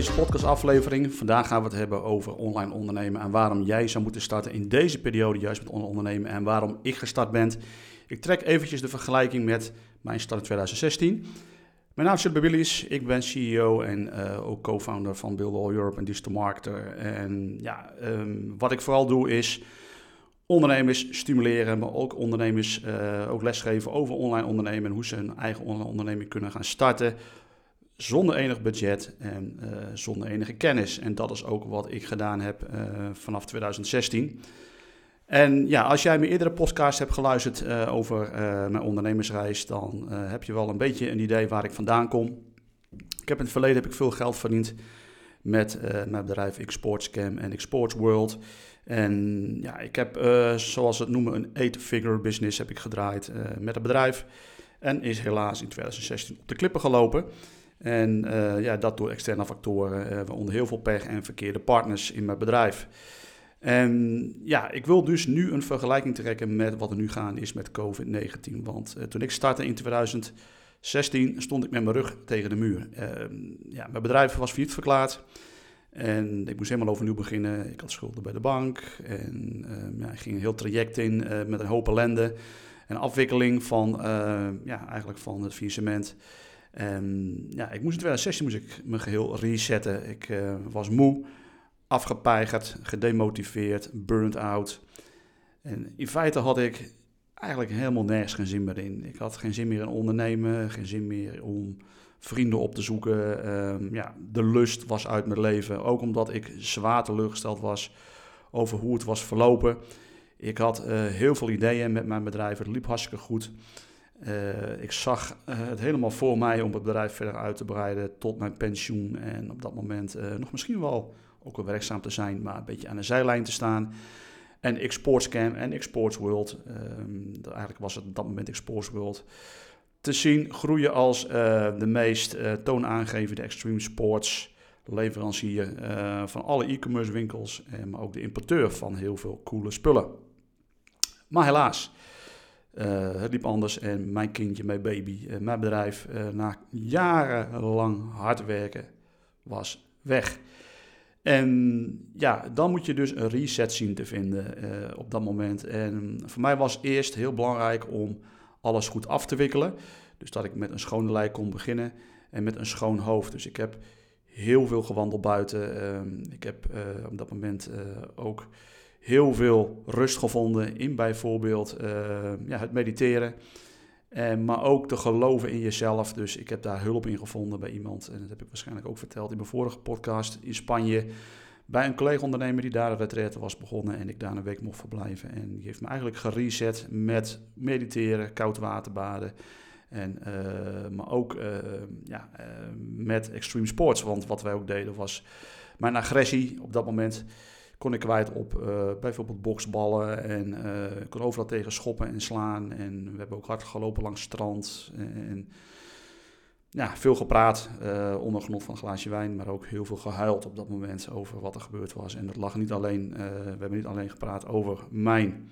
deze podcastaflevering. Vandaag gaan we het hebben over online ondernemen en waarom jij zou moeten starten in deze periode juist met online ondernemen en waarom ik gestart ben. Ik trek eventjes de vergelijking met mijn start in 2016. Mijn naam is Gilbert Willies, ik ben CEO en ook co-founder van Build All Europe en Digital Marketer. En wat ik vooral doe is ondernemers stimuleren, maar ook ondernemers ook lesgeven over online ondernemen en hoe ze hun eigen online onderneming kunnen gaan starten. Zonder enig budget en zonder enige kennis. En dat is ook wat ik gedaan heb vanaf 2016. En ja, als jij mijn eerdere podcast hebt geluisterd over mijn ondernemersreis, dan heb je wel een beetje een idee waar ik vandaan kom. Ik heb in het verleden veel geld verdiend met mijn bedrijf Xportscam en Xportsworld. En ja, ik heb, zoals ze het noemen, een 8-figure business heb ik gedraaid met het bedrijf. En is helaas in 2016 op de klippen gelopen. En dat door externe factoren, waaronder heel veel pech en verkeerde partners in mijn bedrijf. En ja, ik wil dus nu een vergelijking trekken met wat er nu gaande is met COVID-19. Want toen ik startte in 2016 stond ik met mijn rug tegen de muur. Mijn bedrijf was failliet verklaard. En ik moest helemaal overnieuw beginnen. Ik had schulden bij de bank. En ik ging een heel traject in met een hoop ellende. En afwikkeling van het faillissement. Ik moest in 2016 mijn geheel resetten. Ik was moe, afgepeigerd, gedemotiveerd, burnt out. En in feite had ik eigenlijk helemaal nergens geen zin meer in. Ik had geen zin meer in ondernemen, geen zin meer om vrienden op te zoeken. De lust was uit mijn leven, ook omdat ik zwaar teleurgesteld was over hoe het was verlopen. Ik had heel veel ideeën met mijn bedrijf, het liep hartstikke goed. Ik zag het helemaal voor mij om het bedrijf verder uit te breiden tot mijn pensioen. En op dat moment nog misschien wel ook wel werkzaam te zijn, maar een beetje aan de zijlijn te staan. En Xportscam en Xportsworld, eigenlijk was het op dat moment Xportsworld, te zien groeien als de meest toonaangevende extreme sports leverancier van alle e-commerce winkels. Maar ook de importeur van heel veel coole spullen. Maar helaas. Het liep anders en mijn kindje, mijn baby, mijn bedrijf, na jarenlang hard werken, was weg. En ja, dan moet je dus een reset zien te vinden op dat moment. En voor mij was eerst heel belangrijk om alles goed af te wikkelen. Dus dat ik met een schone lei kon beginnen en met een schoon hoofd. Dus ik heb heel veel gewandeld buiten. Ik heb op dat moment ook heel veel rust gevonden in bijvoorbeeld het mediteren. Maar ook te geloven in jezelf. Dus ik heb daar hulp in gevonden bij iemand. En dat heb ik waarschijnlijk ook verteld in mijn vorige podcast in Spanje. Bij een collega-ondernemer die daar een retraite was begonnen. En ik daar een week mocht verblijven. En die heeft me eigenlijk gereset met mediteren, koud waterbaden. Maar ook met extreme sports. Want wat wij ook deden was mijn agressie op dat moment kon ik kwijt op bijvoorbeeld boksballen en kon overal tegen schoppen en slaan. En we hebben ook hard gelopen langs het strand en veel gepraat onder genot van een glaasje wijn, maar ook heel veel gehuild op dat moment over wat er gebeurd was. En dat lag niet alleen, we hebben niet alleen gepraat over mijn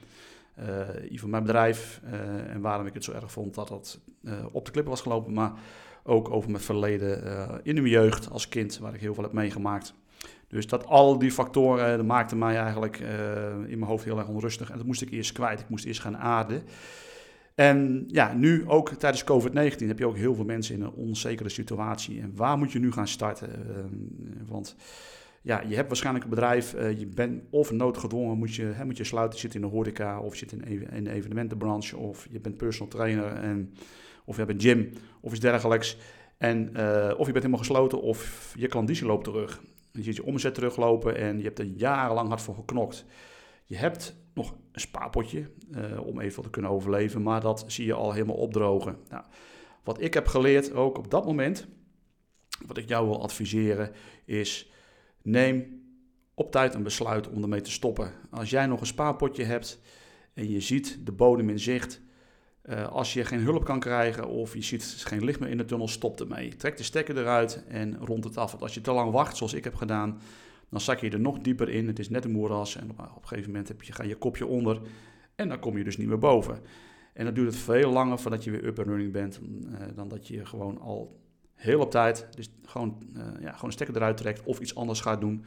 bedrijf en waarom ik het zo erg vond dat dat op de klippen was gelopen, maar ook over mijn verleden in mijn jeugd als kind, waar ik heel veel heb meegemaakt. Dus dat al die factoren dat maakten mij eigenlijk in mijn hoofd heel erg onrustig. En dat moest ik eerst kwijt. Ik moest eerst gaan aarden. En ja, nu ook tijdens COVID-19 heb je ook heel veel mensen in een onzekere situatie. En waar moet je nu gaan starten? Want ja, je hebt waarschijnlijk een bedrijf. Je bent of noodgedwongen, moet je sluiten. Je zit in de horeca of je zit in de evenementenbranche. Of je bent personal trainer of je hebt een gym of iets dergelijks. Of je bent helemaal gesloten of je klandizie loopt terug. Je ziet je omzet teruglopen en je hebt er jarenlang hard voor geknokt. Je hebt nog een spaarpotje om even te kunnen overleven, maar dat zie je al helemaal opdrogen. Nou, wat ik heb geleerd ook op dat moment, wat ik jou wil adviseren, is neem op tijd een besluit om ermee te stoppen. Als jij nog een spaarpotje hebt en je ziet de bodem in zicht, als je geen hulp kan krijgen of je ziet geen licht meer in de tunnel, stop ermee. Trek de stekker eruit en rond het af. Want als je te lang wacht, zoals ik heb gedaan, dan zak je er nog dieper in. Het is net een moeras en op een gegeven moment ga je kopje onder en dan kom je dus niet meer boven. En dan duurt het veel langer voordat je weer up and running bent dan dat je gewoon al heel op tijd. Dus gewoon een stekker eruit trekt of iets anders gaat doen.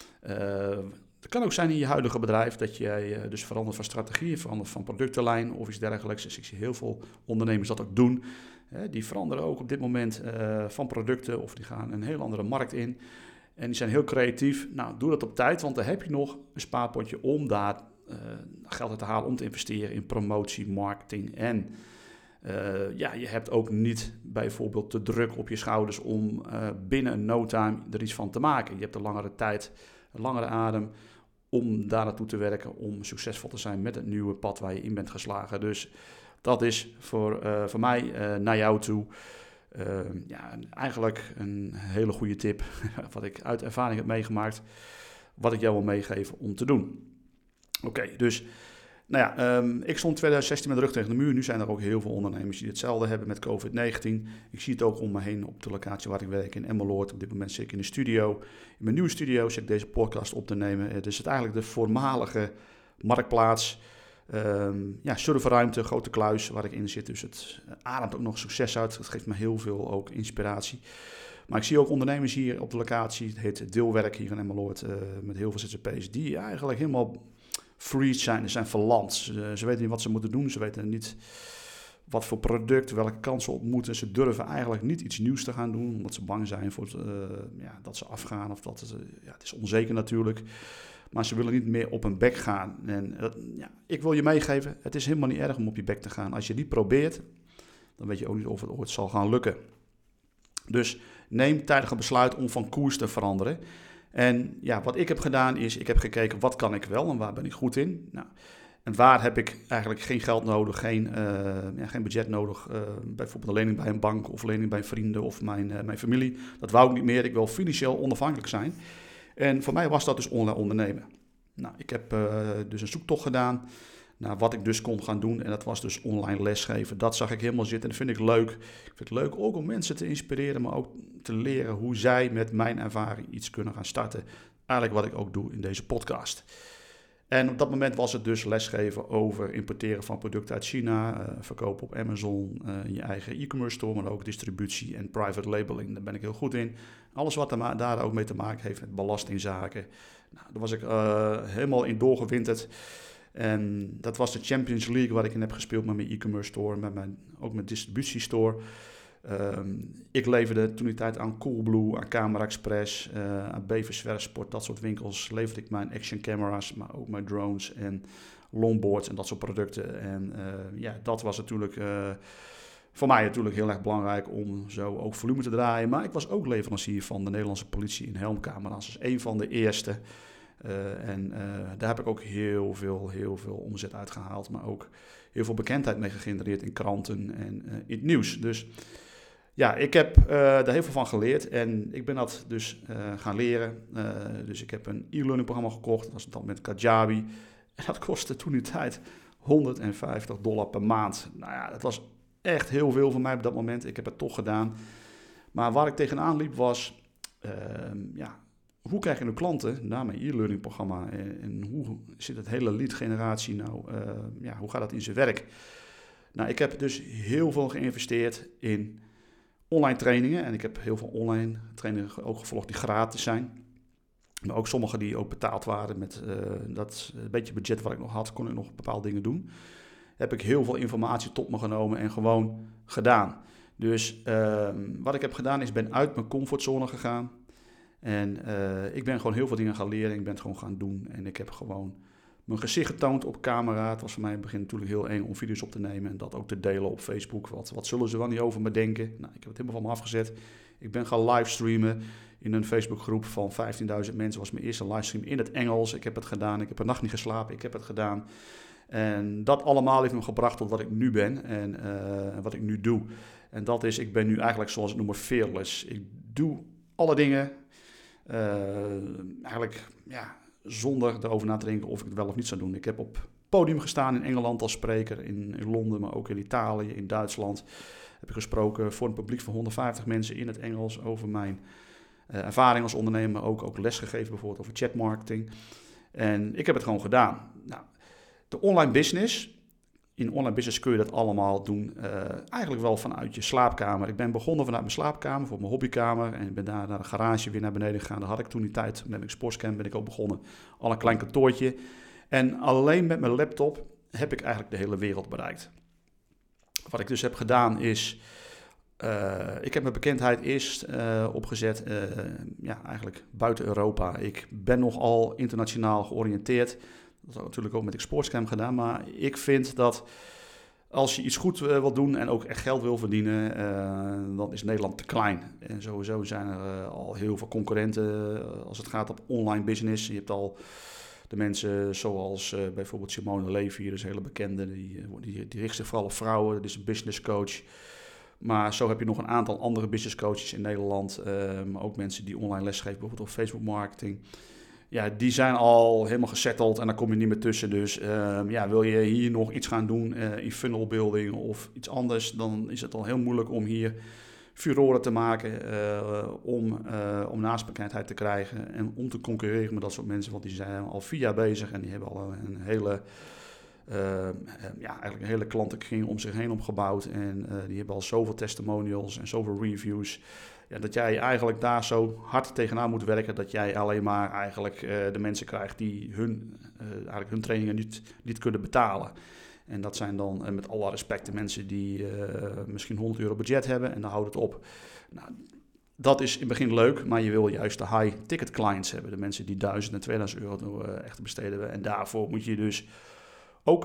Het kan ook zijn in je huidige bedrijf dat jij dus verandert van strategie, verandert van productenlijn of iets dergelijks. Dus ik zie heel veel ondernemers dat ook doen. Die veranderen ook op dit moment van producten of die gaan een heel andere markt in. En die zijn heel creatief. Nou, doe dat op tijd, want dan heb je nog een spaarpotje om daar geld uit te halen om te investeren in promotie, marketing en... je hebt ook niet bijvoorbeeld de druk op je schouders om binnen een no time er iets van te maken. Je hebt een langere tijd, een langere adem om daar naartoe te werken, om succesvol te zijn met het nieuwe pad waar je in bent geslagen. Dus dat is voor mij naar jou toe eigenlijk een hele goede tip, wat ik uit ervaring heb meegemaakt, wat ik jou wil meegeven om te doen. Oké, dus... ik stond 2016 met de rug tegen de muur. Nu zijn er ook heel veel ondernemers die hetzelfde hebben met COVID-19. Ik zie het ook om me heen op de locatie waar ik werk in Emmeloord. Op dit moment zit ik in de studio. In mijn nieuwe studio zit ik deze podcast op te nemen. Het is eigenlijk de voormalige marktplaats. Serverruimte, grote kluis waar ik in zit. Dus het ademt ook nog succes uit. Het geeft me heel veel ook inspiratie. Maar ik zie ook ondernemers hier op de locatie. Het heet Deelwerk hier in Emmeloord. Met heel veel ZZP's die eigenlijk helemaal... freeze zijn, ze zijn verlamd. Ze weten niet wat ze moeten doen. Ze weten niet wat voor product, welke kansen op moeten. Ze durven eigenlijk niet iets nieuws te gaan doen, omdat ze bang zijn voor dat ze afgaan. Of het is onzeker natuurlijk. Maar ze willen niet meer op hun bek gaan. En ik wil je meegeven, het is helemaal niet erg om op je bek te gaan. Als je die probeert, dan weet je ook niet of het ooit zal gaan lukken. Dus neem tijdig een besluit om van koers te veranderen. En wat ik heb gedaan is, ik heb gekeken wat kan ik wel en waar ben ik goed in. Nou, en waar heb ik eigenlijk geen geld nodig, geen budget nodig. Bijvoorbeeld een lening bij een bank of lening bij vrienden of mijn familie. Dat wou ik niet meer, ik wil financieel onafhankelijk zijn. En voor mij was dat dus online ondernemen. Nou, ik heb dus een zoektocht gedaan naar wat ik dus kon gaan doen. En dat was dus online lesgeven. Dat zag ik helemaal zitten en dat vind ik leuk. Ik vind het leuk ook om mensen te inspireren, maar ook te leren hoe zij met mijn ervaring iets kunnen gaan starten. Eigenlijk wat ik ook doe in deze podcast. En op dat moment was het dus lesgeven over importeren van producten uit China, verkopen op Amazon, in je eigen e-commerce store, maar ook distributie en private labeling. Daar ben ik heel goed in. Alles wat daar ook mee te maken heeft met belastingzaken. Nou, daar was ik helemaal in doorgewinterd. En dat was de Champions League waar ik in heb gespeeld met mijn e-commerce store, ook mijn distributiestore. Ik leverde toen die tijd aan Coolblue, aan Camera Express, aan Beverswerfsport, dat soort winkels. Leverde ik mijn action camera's, maar ook mijn drones en longboards en dat soort producten. En dat was natuurlijk voor mij natuurlijk heel erg belangrijk om zo ook volume te draaien. Maar ik was ook leverancier van de Nederlandse politie in helmcamera's. Dus een van de eerste. Daar heb ik ook heel veel omzet uitgehaald, maar ook heel veel bekendheid mee gegenereerd in kranten en in het nieuws. Dus ik heb daar heel veel van geleerd en ik ben dat dus gaan leren. Dus ik heb een e-learning programma gekocht, dat was dan met Kajabi. En dat kostte toen die tijd $150 per maand. Nou ja, dat was echt heel veel voor mij op dat moment. Ik heb het toch gedaan. Maar waar ik tegenaan liep was... hoe krijg je nu klanten naar mijn e-learning programma? En hoe zit het hele lead generatie nou? Hoe gaat dat in zijn werk? Nou, ik heb dus heel veel geïnvesteerd in online trainingen. En ik heb heel veel online trainingen ook gevolgd die gratis zijn. Maar ook sommige die ook betaald waren. Met dat beetje budget wat ik nog had, kon ik nog bepaalde dingen doen. Heb ik heel veel informatie tot me genomen en gewoon gedaan. Dus wat ik heb gedaan is, ben uit mijn comfortzone gegaan. En ik ben gewoon heel veel dingen gaan leren. Ik ben het gewoon gaan doen. En ik heb gewoon mijn gezicht getoond op camera. Het was voor mij in het begin natuurlijk heel eng om video's op te nemen. En dat ook te delen op Facebook. Wat zullen ze wel niet over me denken? Nou, ik heb het helemaal van me afgezet. Ik ben gaan livestreamen in een Facebookgroep van 15.000 mensen. Dat was mijn eerste livestream in het Engels. Ik heb het gedaan. Ik heb een nacht niet geslapen. Ik heb het gedaan. En dat allemaal heeft me gebracht tot wat ik nu ben. En wat ik nu doe. En dat is, ik ben nu eigenlijk zoals ik noem fearless. Ik doe alle dingen... zonder erover na te denken of ik het wel of niet zou doen. Ik heb op podium gestaan in Engeland als spreker, in Londen, maar ook in Italië, in Duitsland. Heb ik gesproken voor een publiek van 150 mensen in het Engels over mijn ervaring als ondernemer, ook lesgegeven bijvoorbeeld over chatmarketing. En ik heb het gewoon gedaan. Nou, de online business in online business kun je dat allemaal doen, eigenlijk wel vanuit je slaapkamer. Ik ben begonnen vanuit mijn slaapkamer, voor mijn hobbykamer. En ik ben daar naar de garage weer naar beneden gegaan. Daar had ik toen die tijd, met mijn Sportscam ben ik ook begonnen. Al een klein kantoortje. En alleen met mijn laptop heb ik eigenlijk de hele wereld bereikt. Wat ik dus heb gedaan is, ik heb mijn bekendheid eerst opgezet, eigenlijk buiten Europa. Ik ben nogal internationaal georiënteerd. Dat heb ik natuurlijk ook met Sportscam gedaan. Maar ik vind dat als je iets goed wil doen en ook echt geld wil verdienen, dan is Nederland te klein. En sowieso zijn er al heel veel concurrenten als het gaat op online business. Je hebt al de mensen zoals bijvoorbeeld Simone Levy, dus een hele bekende, die richt zich vooral op vrouwen. Dat is een business coach. Maar zo heb je nog een aantal andere business coaches in Nederland. Maar ook mensen die online lesgeven, bijvoorbeeld op Facebook marketing. Ja, die zijn al helemaal gesetteld en daar kom je niet meer tussen. Dus wil je hier nog iets gaan doen in funnel building of iets anders, dan is het al heel moeilijk om hier furoren te maken om naamsbekendheid te krijgen en om te concurreren met dat soort mensen. Want die zijn al 4 jaar bezig en die hebben al een hele eigenlijk een hele klantenkring om zich heen opgebouwd. En die hebben al zoveel testimonials en zoveel reviews. Ja, dat jij eigenlijk daar zo hard tegenaan moet werken dat jij alleen maar eigenlijk de mensen krijgt die hun trainingen niet kunnen betalen. En dat zijn dan met alle respect de mensen die misschien €100 budget hebben en dan houdt het op. Nou, dat is in het begin leuk, maar je wil juist de high-ticket clients hebben. De mensen die €1000 en €2000 echt besteden hebben. En daarvoor moet je dus ook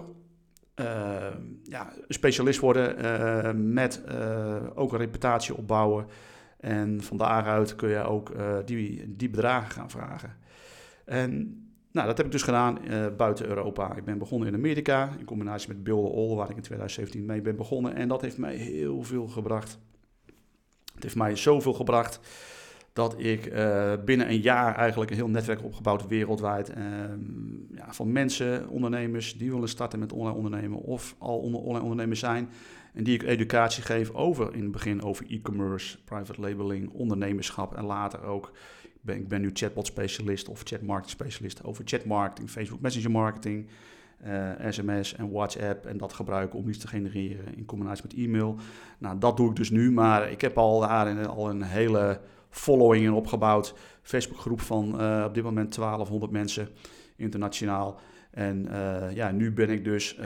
een specialist worden met ook een reputatie opbouwen. En van daaruit kun je ook die bedragen gaan vragen. En dat heb ik dus gedaan buiten Europa. Ik ben begonnen in Amerika in combinatie met Build All, waar ik in 2017 mee ben begonnen. En dat heeft mij heel veel gebracht. Het heeft mij zoveel gebracht dat ik binnen een jaar eigenlijk een heel netwerk opgebouwd wereldwijd. Van mensen, ondernemers die willen starten met online ondernemen of al online ondernemers zijn. En die ik educatie geef in het begin over e-commerce, private labeling, ondernemerschap en later ook. Ik ben nu chatbot specialist of chatmarketing specialist over chatmarketing, Facebook Messenger marketing, sms en WhatsApp en dat gebruiken om leads te genereren in combinatie met e-mail. Nou, dat doe ik dus nu, maar ik heb al een hele following in opgebouwd. Facebookgroep van op dit moment 1200 mensen internationaal. En nu ben ik dus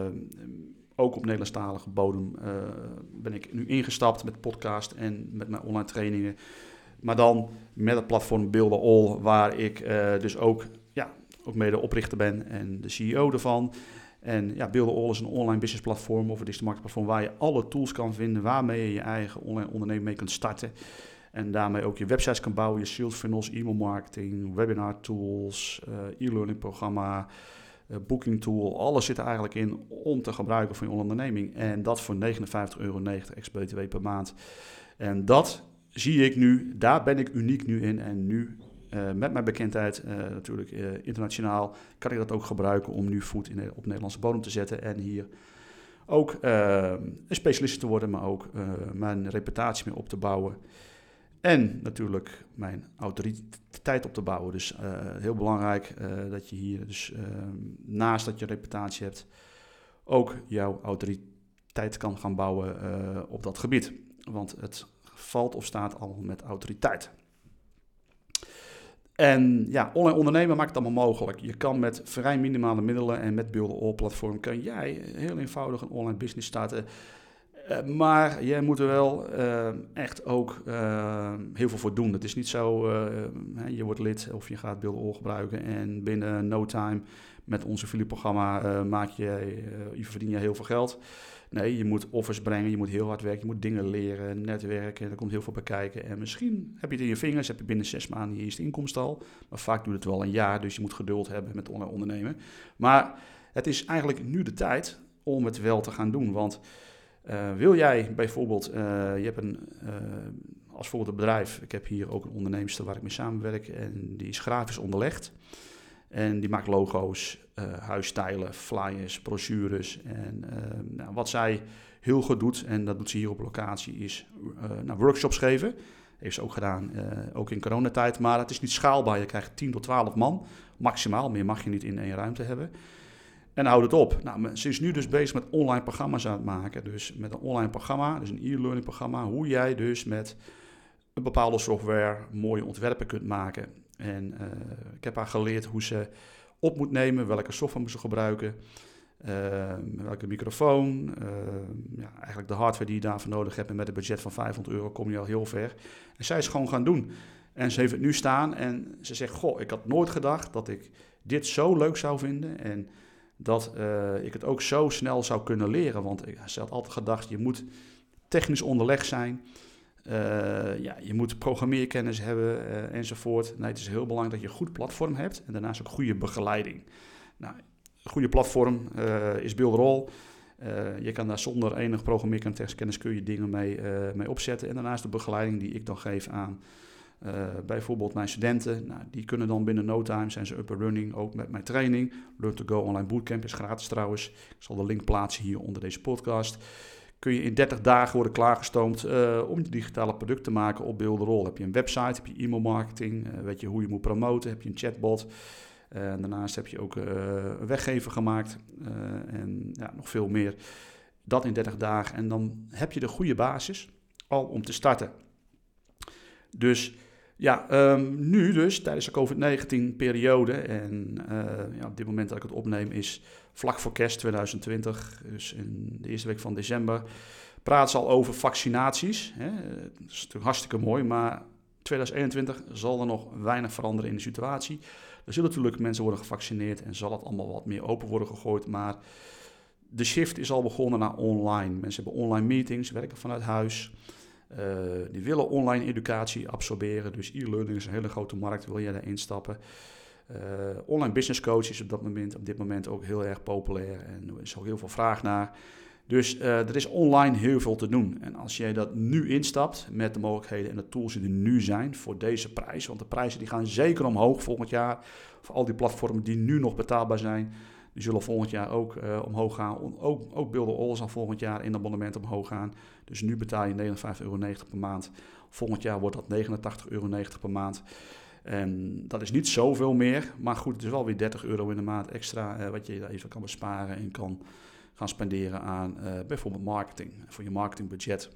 ook op Nederlandstalige bodem ben ik nu ingestapt met podcast en met mijn online trainingen. Maar dan met het platform Build All, waar ik dus ook mede oprichter ben en de CEO ervan. En Build All is een online business platform of een digital marketing platform waar je alle tools kan vinden waarmee je je eigen online onderneming mee kunt starten. En daarmee ook je websites kan bouwen, je sales funnels, e-mail marketing, webinar tools, e-learning programma, booking tool. Alles zit er eigenlijk in om te gebruiken voor je onderneming. En dat voor €59,90 ex-BTW per maand. En dat zie ik nu, daar ben ik uniek nu in. En nu met mijn bekendheid natuurlijk internationaal kan ik dat ook gebruiken om nu voet op Nederlandse bodem te zetten. En hier ook een specialist te worden, maar ook mijn reputatie mee op te bouwen. En natuurlijk mijn autoriteit op te bouwen. Dus heel belangrijk dat je hier dus naast dat je reputatie hebt, ook jouw autoriteit kan gaan bouwen op dat gebied. Want het valt of staat al met autoriteit. En online ondernemen maakt het allemaal mogelijk. Je kan met vrij minimale middelen en met Build All platform kan jij heel eenvoudig een online business starten. Maar jij moet er wel echt ook heel veel voor doen. Het is niet zo, je wordt lid of je gaat Build All gebruiken en binnen no time met ons affiliate-programma verdien je heel veel geld. Nee, je moet offers brengen, je moet heel hard werken, je moet dingen leren, netwerken, er komt heel veel bij kijken. En misschien heb je het in je vingers, heb je binnen 6 maanden je eerste inkomsten al. Maar vaak duurt het wel een jaar, dus je moet geduld hebben met online ondernemen. Maar het is eigenlijk nu de tijd om het wel te gaan doen, want wil jij bijvoorbeeld, je hebt als voorbeeld een bedrijf, ik heb hier ook een onderneemster waar ik mee samenwerk en die is grafisch onderlegd. En die maakt logo's, huisstijlen, flyers, brochures. En wat zij heel goed doet, en dat doet ze hier op locatie, is workshops geven. Heeft ze ook gedaan, ook in coronatijd. Maar het is niet schaalbaar. Je krijgt 10 tot 12 man, maximaal. Meer mag je niet in één ruimte hebben. En houd het op. Nou, ze is nu dus bezig met online programma's aan het maken. Dus met een online programma, dus een e-learning programma, hoe jij dus met een bepaalde software mooie ontwerpen kunt maken. En ik heb haar geleerd hoe ze op moet nemen, welke software moet ze gebruiken, welke microfoon, eigenlijk de hardware die je daarvoor nodig hebt. En met een budget van €500 kom je al heel ver. En zij is gewoon gaan doen. En ze heeft het nu staan en ze zegt, goh, ik had nooit gedacht dat ik dit zo leuk zou vinden en dat ik het ook zo snel zou kunnen leren. Want ze had altijd gedacht, je moet technisch onderlegd zijn. Je moet programmeerkennis hebben enzovoort. Nee, het is heel belangrijk dat je een goed platform hebt en daarnaast ook goede begeleiding. Nou, een goede platform is Builderall. Je kan daar zonder enig programmeerkennis kun je dingen mee opzetten. En daarnaast de begeleiding die ik dan geef aan bijvoorbeeld mijn studenten. Nou, die kunnen dan binnen no time, zijn ze up and running, ook met mijn training. Learn to Go Online Bootcamp is gratis trouwens. Ik zal de link plaatsen hier onder deze podcast. Kun je in 30 dagen worden klaargestoomd om je digitale product te maken op Builderall. Heb je een website, heb je e-mailmarketing, weet je hoe je moet promoten, heb je een chatbot. Daarnaast heb je ook een weggever gemaakt en nog veel meer. Dat in 30 dagen en dan heb je de goede basis al om te starten. Dus nu dus tijdens de COVID-19 periode en op dit moment dat ik het opneem is vlak voor kerst 2020, dus in de eerste week van december, praten ze al over vaccinaties. Hè. Dat is natuurlijk hartstikke mooi, maar 2021 zal er nog weinig veranderen in de situatie. Er zullen natuurlijk mensen worden gevaccineerd en zal het allemaal wat meer open worden gegooid, maar de shift is al begonnen naar online. Mensen hebben online meetings, werken vanuit huis. Die willen online educatie absorberen, dus e-learning is een hele grote markt, wil jij daarin stappen. Online business coach is op dit moment ook heel erg populair en er is ook heel veel vraag naar. Dus er is online heel veel te doen. En als jij dat nu instapt met de mogelijkheden en de tools die er nu zijn voor deze prijs, want de prijzen die gaan zeker omhoog volgend jaar, voor al die platformen die nu nog betaalbaar zijn, die zullen volgend jaar ook omhoog gaan. Ook Builderall zal volgend jaar in abonnement omhoog gaan. Dus nu betaal je €59,90 per maand. Volgend jaar wordt dat €89,90 per maand. En dat is niet zoveel meer. Maar goed, het is wel weer €30 in de maand extra wat je daar even kan besparen en kan gaan spenderen aan bijvoorbeeld marketing. Voor je marketingbudget.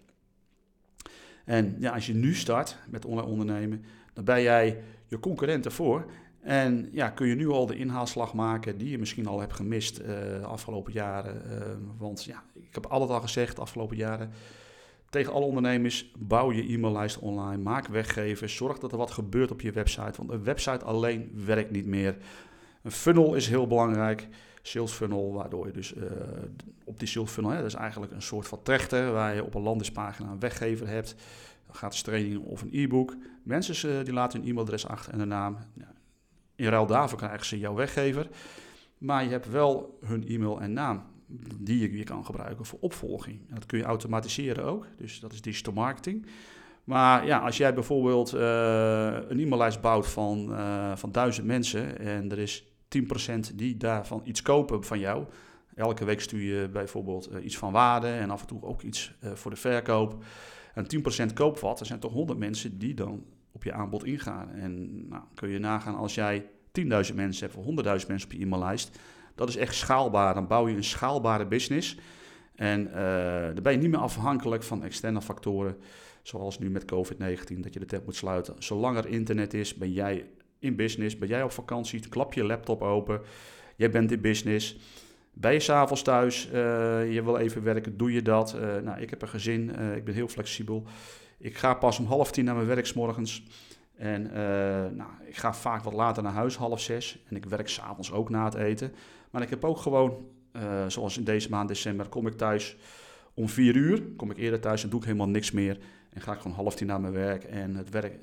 En ja, als je nu start met online ondernemen, dan ben jij je concurrent ervoor. En ja, kun je nu al de inhaalslag maken die je misschien al hebt gemist de afgelopen jaren. Want ja, ik heb altijd al gezegd de afgelopen jaren tegen alle ondernemers, bouw je e-maillijst online, maak weggevers, zorg dat er wat gebeurt op je website. Want een website alleen werkt niet meer. Een funnel is heel belangrijk, sales funnel, waardoor je dus op die sales funnel, dat is eigenlijk een soort van trechter waar je op een landingspagina een weggever hebt. Een gratis training of een e-book. Mensen die laten hun e-mailadres achter en de naam. Ja, in ruil daarvoor krijgen ze jouw weggever. Maar je hebt wel hun e-mail en naam die je weer kan gebruiken voor opvolging. En dat kun je automatiseren ook. Dus dat is digital marketing. Maar ja, als jij bijvoorbeeld een e-maillijst bouwt van 1000 mensen en er is 10% die daarvan iets kopen van jou. Elke week stuur je bijvoorbeeld iets van waarde en af en toe ook iets voor de verkoop. En 10% koopt wat. Er zijn toch 100 mensen die dan op je aanbod ingaan. En nou, kun je nagaan als jij 10.000 mensen hebt of 100.000 mensen op je e-maillijst. Dat is echt schaalbaar. Dan bouw je een schaalbare business. En dan ben je niet meer afhankelijk van externe factoren. Zoals nu met COVID-19, dat je de tab moet sluiten. Zolang er internet is, ben jij in business. Ben jij op vakantie, klap je laptop open. Jij bent in business. Ben je 's avonds thuis, je wil even werken, doe je dat. Ik heb een gezin, ik ben heel flexibel. Ik ga pas om 5:30 naar mijn werk 's morgens. En ik ga vaak wat later naar huis, 5:30. En ik werk 's avonds ook na het eten. Maar ik heb ook gewoon, zoals in deze maand december, kom ik thuis om 4:00. Kom ik eerder thuis en doe ik helemaal niks meer. En ga ik gewoon 5:30 naar mijn werk. En het werk,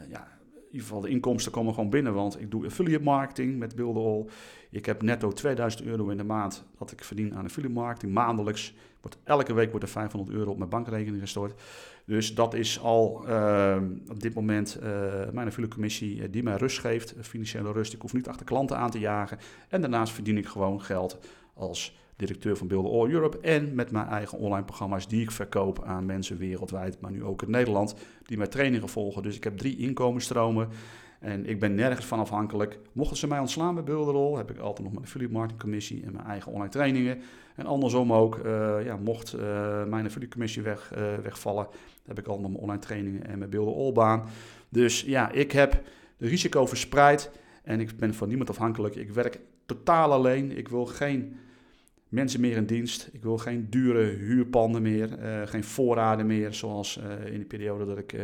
in ieder geval de inkomsten komen gewoon binnen. Want ik doe affiliate marketing met Builderall. Ik heb netto €2000 in de maand dat ik verdien aan affiliate marketing. Maandelijks. Elke week wordt er €500 op mijn bankrekening gestort. Dus dat is al op dit moment mijn affiliate commissie die mij rust geeft. Financiële rust. Ik hoef niet achter klanten aan te jagen. En daarnaast verdien ik gewoon geld als directeur van Builderall Europe en met mijn eigen online programma's die ik verkoop aan mensen wereldwijd, maar nu ook in Nederland, die mijn trainingen volgen. Dus ik heb 3 inkomensstromen En ik ben nergens van afhankelijk. Mochten ze mij ontslaan bij Builderall, heb ik altijd nog mijn affiliate marketing commissie en mijn eigen online trainingen. En andersom ook, mocht mijn affiliate commissie wegvallen, heb ik altijd nog mijn online trainingen en mijn Builderall baan. Dus ja, ik heb de risico verspreid en ik ben van niemand afhankelijk. Ik werk totaal alleen. Ik wil geen mensen meer in dienst. Ik wil geen dure huurpanden meer, geen voorraden meer, zoals in de periode dat ik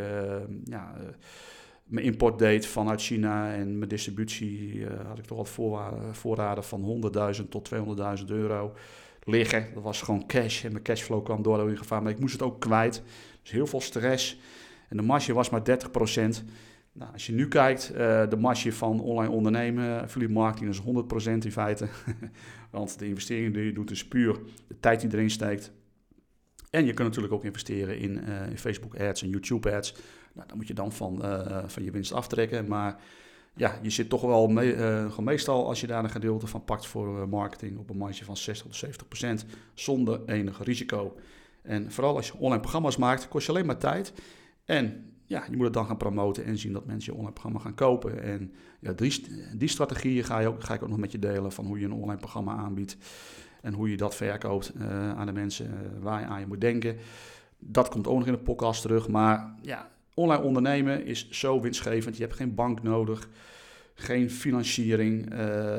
mijn import deed vanuit China en mijn distributie had ik toch wat voorraden van 100.000 tot 200.000 euro liggen. Dat was gewoon cash en mijn cashflow kwam door in gevaar, maar ik moest het ook kwijt. Dus heel veel stress en de marge was maar 30%. Nou, als je nu kijkt, de marge van online ondernemen, affiliate marketing is 100% in feite. Want de investering die je doet is puur de tijd die erin steekt. En je kunt natuurlijk ook investeren in Facebook ads en YouTube ads. Nou, dan moet je dan van je winst aftrekken. Maar ja, je zit toch wel meestal als je daar een gedeelte van pakt voor marketing op een marge van 60-70% zonder enig risico. En vooral als je online programma's maakt, kost je alleen maar tijd. En ja, je moet het dan gaan promoten en zien dat mensen je online programma gaan kopen. En ja, die strategieën ga ik ook nog met je delen van hoe je een online programma aanbiedt. En hoe je dat verkoopt aan de mensen waar je aan je moet denken. Dat komt ook nog in de podcast terug. Maar ja, online ondernemen is zo winstgevend. Je hebt geen bank nodig, geen financiering.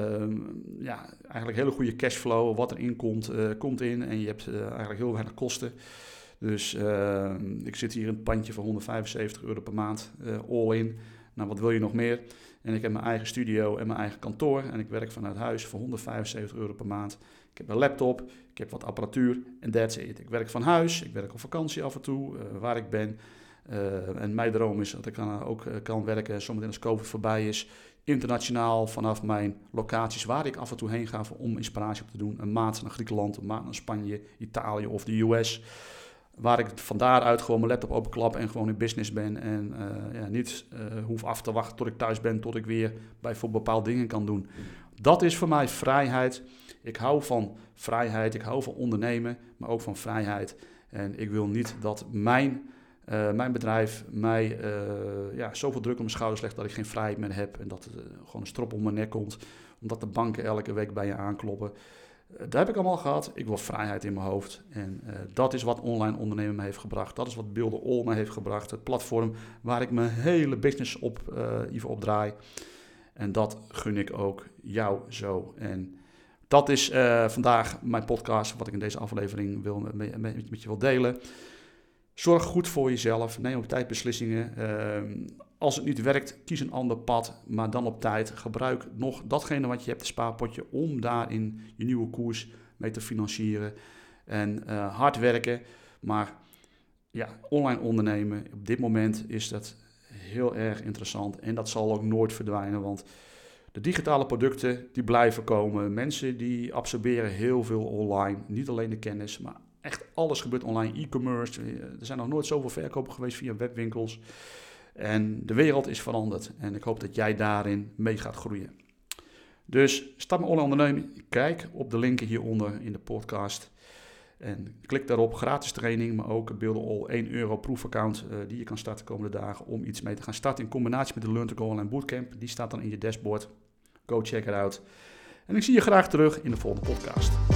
Eigenlijk hele goede cashflow. Wat erin komt in. En je hebt eigenlijk heel weinig kosten. Dus ik zit hier in een pandje voor €175 per maand, all in. Nou, wat wil je nog meer? En ik heb mijn eigen studio en mijn eigen kantoor. En ik werk vanuit huis voor €175 per maand. Ik heb een laptop, ik heb wat apparatuur en that's it. Ik werk van huis, ik werk op vakantie af en toe, waar ik ben. En mijn droom is dat ik ook kan werken, zometeen als COVID voorbij is, internationaal vanaf mijn locaties waar ik af en toe heen ga om inspiratie op te doen. Een maand naar Griekenland, een maand naar Spanje, Italië of de US. Waar ik van daaruit gewoon mijn laptop openklap en gewoon in business ben. En niet hoef af te wachten tot ik thuis ben, tot ik weer bijvoorbeeld bepaalde dingen kan doen. Dat is voor mij vrijheid. Ik hou van vrijheid, ik hou van ondernemen, maar ook van vrijheid. En ik wil niet dat mijn bedrijf mij zoveel druk op mijn schouders legt dat ik geen vrijheid meer heb. En dat er gewoon een strop om mijn nek komt, omdat de banken elke week bij je aankloppen. Dat heb ik allemaal gehad. Ik wil vrijheid in mijn hoofd. En dat is wat online ondernemen me heeft gebracht. Dat is wat Builderall me heeft gebracht. Het platform waar ik mijn hele business op draai. En dat gun ik ook jou zo. En dat is vandaag mijn podcast, wat ik in deze aflevering met je wil delen. Zorg goed voor jezelf. Neem op tijd beslissingen. Als het niet werkt, kies een ander pad, maar dan op tijd. Gebruik nog datgene wat je hebt, het spaarpotje, om daarin je nieuwe koers mee te financieren. En hard werken. Maar ja, online ondernemen, op dit moment is dat heel erg interessant. En dat zal ook nooit verdwijnen, want de digitale producten die blijven komen. Mensen die absorberen heel veel online. Niet alleen de kennis, maar echt alles gebeurt online. E-commerce, er zijn nog nooit zoveel verkopen geweest via webwinkels. En de wereld is veranderd. En ik hoop dat jij daarin mee gaat groeien. Dus start met online ondernemen. Kijk op de linken hieronder in de podcast. En klik daarop, gratis training, maar ook Builderall €1 proefaccount die je kan starten de komende dagen om iets mee te gaan starten in combinatie met de Learn to Go Online Bootcamp. Die staat dan in je dashboard. Go check it out. En ik zie je graag terug in de volgende podcast.